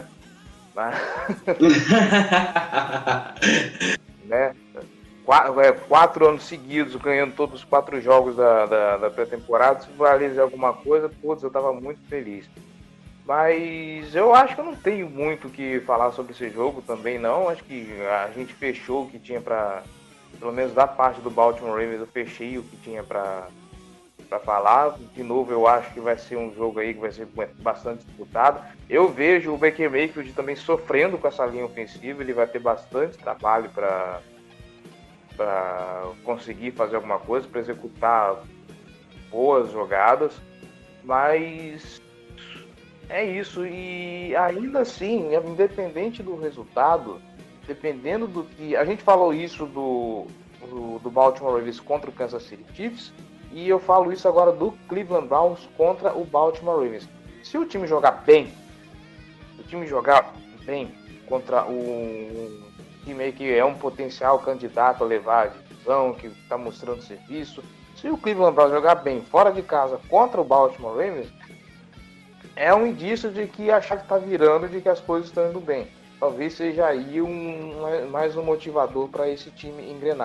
né? Quatro, é, quatro anos seguidos ganhando todos os quatro jogos da, da, da pré-temporada, se valesse alguma coisa, putz, eu tava muito feliz. Mas eu acho que eu não tenho muito o que falar sobre esse jogo também não. Acho que a gente fechou o que tinha pra, pelo menos da parte do Baltimore Ravens, eu fechei o que tinha pra para falar. De novo, eu acho que vai ser um jogo aí que vai ser bastante disputado. Eu vejo o Baker Mayfield também sofrendo com essa linha ofensiva, ele vai ter bastante trabalho para para conseguir fazer alguma coisa, para executar boas jogadas, mas é isso. E ainda assim, independente do resultado, dependendo do que... A gente falou isso do, do, do Baltimore Ravens contra o Kansas City Chiefs, e eu falo isso agora do Cleveland Browns contra o Baltimore Ravens. Se o time jogar bem, se o time jogar bem contra um time aí que é um potencial candidato a levar a divisão, que está mostrando serviço, se o Cleveland Browns jogar bem fora de casa contra o Baltimore Ravens, é um indício de que a chave está virando, de que as coisas estão indo bem. Talvez seja aí um, mais um motivador para esse time engrenar.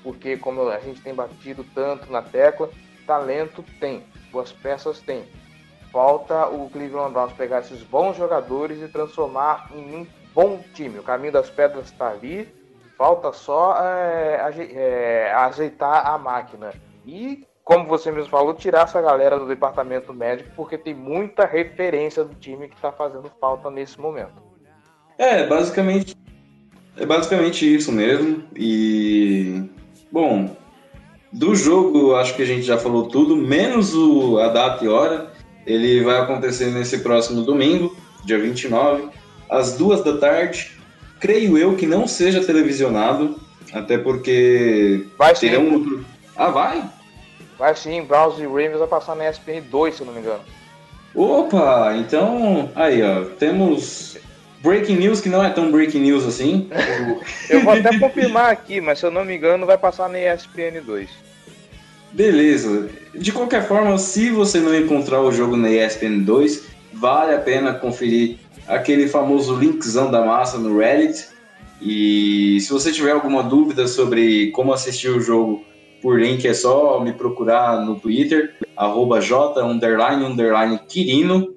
porque como a gente tem batido tanto na tecla, talento tem, boas peças tem. Falta o Cleveland Browns pegar esses bons jogadores e transformar em um bom time. O caminho das pedras está ali, falta só é, aje- é, ajeitar a máquina. E, como você mesmo falou, tirar essa galera do departamento médico, porque tem muita referência do time que está fazendo falta nesse momento. É, basicamente, é basicamente isso mesmo. E, bom, do jogo acho que a gente já falou tudo, menos o, a data e hora. Ele vai acontecer nesse próximo domingo, dia vinte e nove, às duas da tarde. Creio eu que não seja televisionado, até porque Vai sim. terão outro... Ah, vai? Vai sim, Browns e Ravens vai passar na E S P N dois, se eu não me engano. Opa, então, aí ó, temos breaking news que não é tão breaking news assim. Eu vou até confirmar aqui, mas se eu não me engano vai passar na E S P N dois. Beleza. De qualquer forma, se você não encontrar o jogo na E S P N dois, vale a pena conferir aquele famoso linkzão da massa no Reddit. E se você tiver alguma dúvida sobre como assistir o jogo por link, é só me procurar no Twitter, arroba j, underline, underline, Quirino.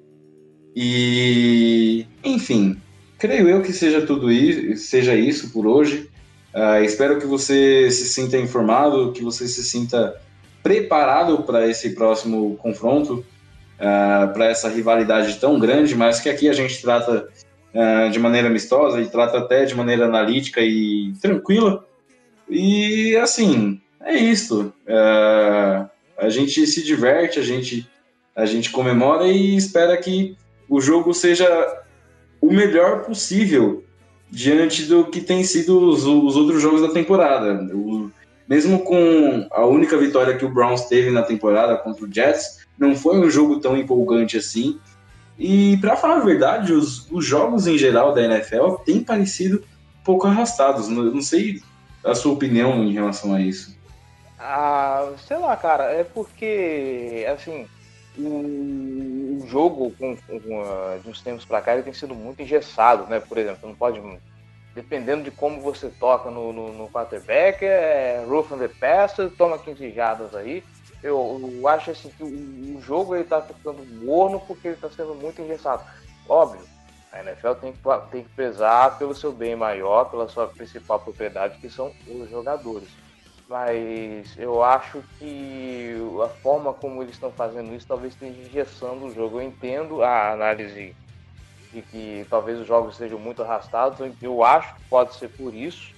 E, enfim, creio eu que seja tudo isso, seja isso por hoje. Uh, espero que você se sinta informado, que você se sinta preparado para esse próximo confronto, uh, para essa rivalidade tão grande, mas que aqui a gente trata uh, de maneira amistosa e trata até de maneira analítica e tranquila. E, assim, é isso. Uh, a gente se diverte, a gente, a gente comemora e espera que o jogo seja o melhor possível diante do que tem sido os, os outros jogos da temporada. O, mesmo com a única vitória que o Browns teve na temporada contra o Jets, não foi um jogo tão empolgante assim. E, para falar a verdade, os, os jogos em geral da N F L têm parecido um pouco arrastados. Não, não sei a sua opinião em relação a isso. Ah, sei lá, cara, é porque, assim, o, o jogo com, com, uh, de uns tempos pra cá ele tem sido muito engessado, né? Por exemplo, não pode... Dependendo de como você toca no, no, no quarterback, é rough on the passer, toma quinze jardas aí. Eu, eu acho assim, que o, o jogo ele tá ficando morno porque ele está sendo muito engessado. Óbvio, a N F L tem que, tem que prezar pelo seu bem maior, pela sua principal propriedade, que são os jogadores. Mas eu acho que a forma como eles estão fazendo isso talvez esteja engessando o jogo. Eu entendo a análise de que talvez os jogos sejam muito arrastados, eu acho que pode ser por isso.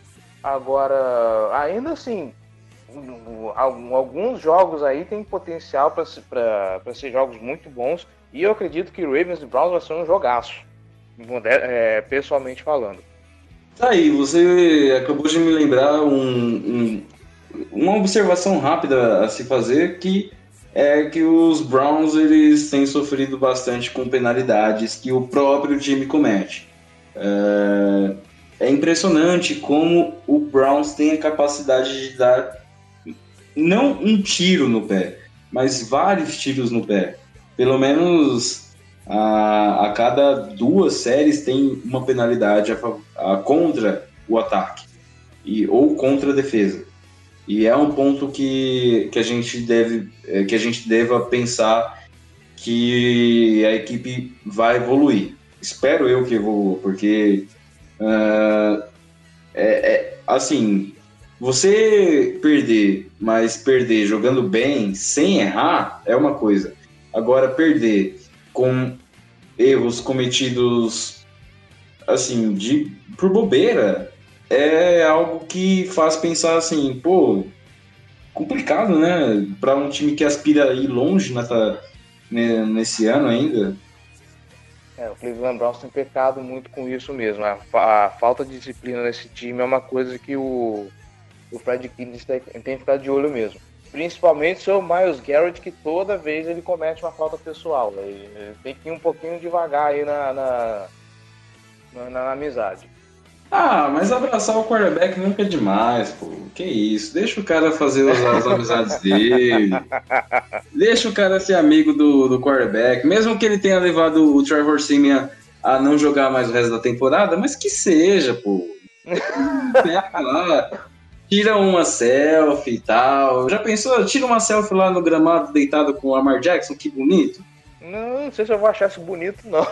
Agora, ainda assim, alguns jogos aí têm potencial para ser jogos muito bons, e eu acredito que Ravens e Browns vai ser um jogaço, é, pessoalmente falando. Tá aí, você acabou de me lembrar um, um, uma observação rápida a se fazer, que é que os Browns eles têm sofrido bastante com penalidades que o próprio time comete. É, é impressionante como o Browns tem a capacidade de dar não um tiro no pé, mas vários tiros no pé. Pelo menos a, a cada duas séries tem uma penalidade a, a, contra o ataque e, ou contra a defesa. E é um ponto que, que, a gente deve, que a gente deva pensar que a equipe vai evoluir. Espero eu que evolua, porque uh, é, é, assim, você perder, mas perder jogando bem, sem errar, é uma coisa. Agora, perder com erros cometidos assim, de, por bobeira, é algo que faz pensar assim, pô, complicado, né? Para um time que aspira a ir longe nessa, nesse ano ainda. É, o Cleveland Browns tem pecado muito com isso mesmo. A, a falta de disciplina nesse time é uma coisa que o, o Fred Kitchens tem, tem que ficar de olho mesmo. Principalmente o seu Myles Garrett, que toda vez ele comete uma falta pessoal. Ele, ele tem que ir um pouquinho devagar aí na, na, na, na amizade. Ah, mas abraçar o quarterback nunca é demais, pô. Que isso? Deixa o cara fazer as, as amizades dele. Deixa o cara ser amigo do, do quarterback. Mesmo que ele tenha levado o Trevor Siemian a não jogar mais o resto da temporada, mas que seja, pô. Pega lá. tira uma selfie e tal. Já pensou? Tira uma selfie lá no gramado deitado com o Lamar Jackson, que bonito. Não, não sei se eu vou achar isso bonito, não.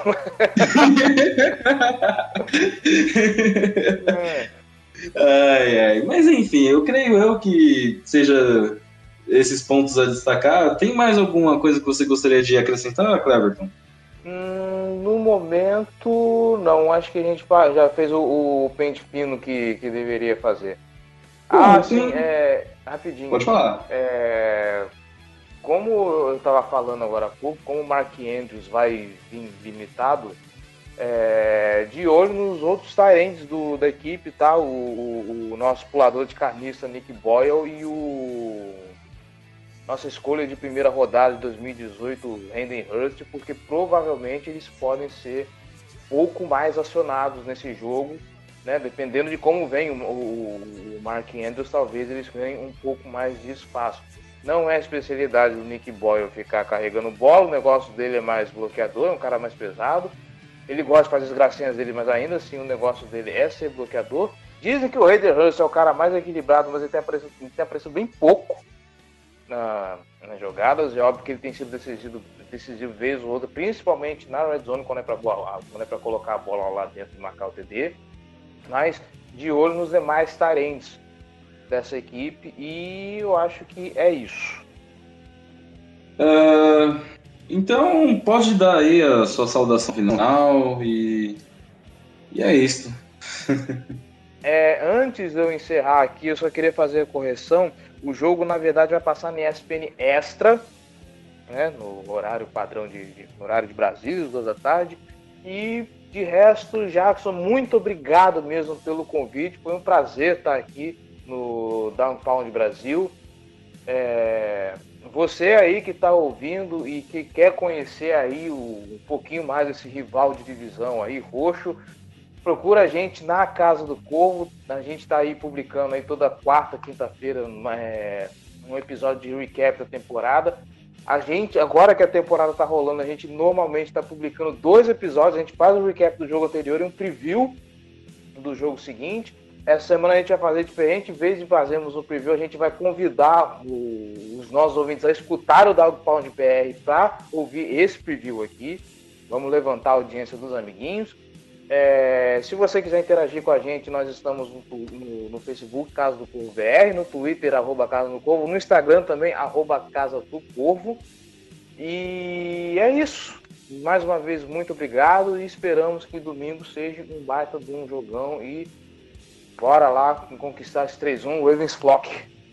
é. Ai, ai. Mas enfim, eu creio eu que seja esses pontos a destacar. Tem mais alguma coisa que você gostaria de acrescentar, Cleverton? Hum, no momento, não. Acho que a gente já fez o, o pente fino que, que deveria fazer. Pô, ah, sim. sim, é, rapidinho. Pode falar. É, como eu estava falando agora há pouco, como o Mark Andrews vai vir limitado, é, de olho nos outros talentos do, da equipe, tá? O, o, o nosso pulador de carniça Nick Boyle e o nossa escolha de primeira rodada de dois mil e dezoito, Hayden Hurst, porque provavelmente eles podem ser pouco mais acionados nesse jogo, né? Dependendo de como vem o, o, o Mark Andrews, talvez eles ganhem um pouco mais de espaço. Não é a especialidade do Nick Boyle ficar carregando bola, o negócio dele é mais bloqueador, é um cara mais pesado. Ele gosta de fazer as gracinhas dele, mas ainda assim o negócio dele é ser bloqueador. Dizem que o Hayden Hurst é o cara mais equilibrado, mas ele tem aparecido, ele tem aparecido bem pouco na, nas jogadas. É óbvio que ele tem sido decisivo, decisivo vez ou outra, principalmente na red zone, quando é para quando é para colocar a bola lá dentro e marcar o T D. Mas de olho nos demais talentos dessa equipe, e eu acho que é isso. Uh, então, pode dar aí a sua saudação final e, e é isso. é, antes de eu encerrar aqui, eu só queria fazer a correção. O jogo, na verdade, vai passar no E S P N Extra, né, no horário padrão de, de no horário de Brasília, às duas da tarde. E de resto, Jackson, muito obrigado mesmo pelo convite. Foi um prazer estar aqui no Downtown de Brasil. É, você aí que está ouvindo e que quer conhecer aí o, um pouquinho mais desse rival de divisão aí, roxo, procura a gente na Casa do Corvo. A gente está aí publicando aí toda quarta, quinta-feira é, um episódio de recap da temporada. A gente, agora que a temporada está rolando, a gente normalmente está publicando dois episódios. A gente faz um recap do jogo anterior e um preview do jogo seguinte. Essa semana a gente vai fazer diferente. Em vez de fazermos um preview, a gente vai convidar o, os nossos ouvintes a escutar o Dog Pound B R para ouvir esse preview aqui. Vamos levantar a audiência dos amiguinhos. É, se você quiser interagir com a gente, nós estamos no, no, no Facebook, Casa do Corvo B R, no Twitter, arroba Casa do Corvo, no Instagram também, arroba Casa do Corvo. E é isso. Mais uma vez, muito obrigado e esperamos que domingo seja um baita de um jogão e bora lá conquistar esse três a um, Ravens Flock.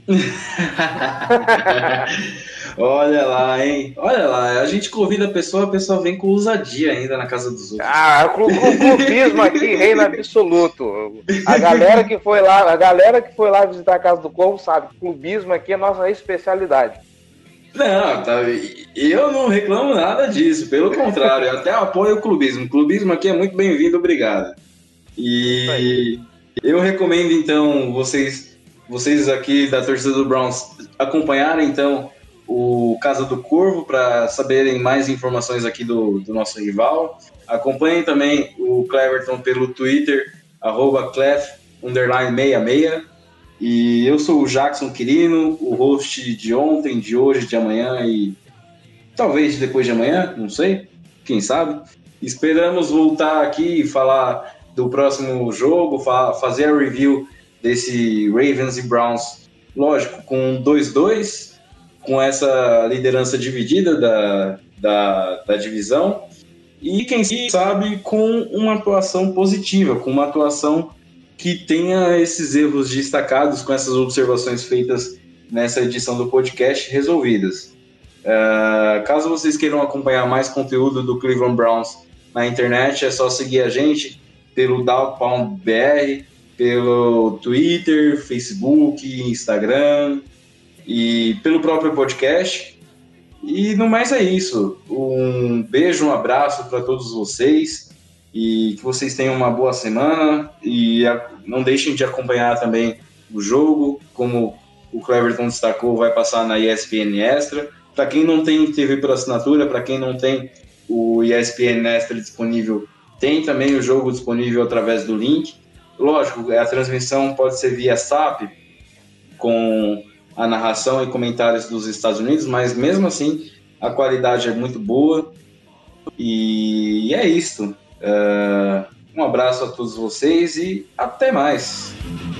Olha lá, hein? Olha lá, a gente convida a pessoa, a pessoa vem com ousadia ainda na casa dos outros. Ah, o clubismo aqui reina absoluto. A galera que foi lá, a galera que foi lá visitar a Casa do Corvo sabe que clubismo aqui é nossa especialidade. Não, tá, eu não reclamo nada disso, pelo contrário, eu até apoio o clubismo. O clubismo aqui é muito bem-vindo, obrigado. E eu recomendo, então, vocês, vocês aqui da torcida do Browns acompanharem, então, o Casa do Corvo para saberem mais informações aqui do, do nosso rival. Acompanhem também o Cleverton pelo Twitter, arroba clef, underline sessenta e seis. E eu sou o Jackson Quirino, o host de ontem, de hoje, de amanhã e talvez depois de amanhã, não sei, quem sabe. Esperamos voltar aqui e falar do próximo jogo, fa- fazer a review desse Ravens e Browns, lógico, com dois a dois, com essa liderança dividida da, da, da divisão, e quem sabe com uma atuação positiva, com uma atuação que tenha esses erros destacados, com essas observações feitas nessa edição do podcast resolvidas. Uh, caso vocês queiram acompanhar mais conteúdo do Cleveland Browns na internet, é só seguir a gente pelo Dog Pound B R, pelo Twitter, Facebook, Instagram e pelo próprio podcast. E no mais é isso. Um beijo, um abraço para todos vocês e que vocês tenham uma boa semana e não deixem de acompanhar também o jogo, como o Cleverton destacou, vai passar na E S P N Extra. Para quem não tem T V por assinatura, para quem não tem o E S P N Extra disponível, tem também o jogo disponível através do link. Lógico, a transmissão pode ser via S A P, com a narração e comentários dos Estados Unidos, mas mesmo assim a qualidade é muito boa. E é isso. Uh, um abraço a todos vocês e até mais.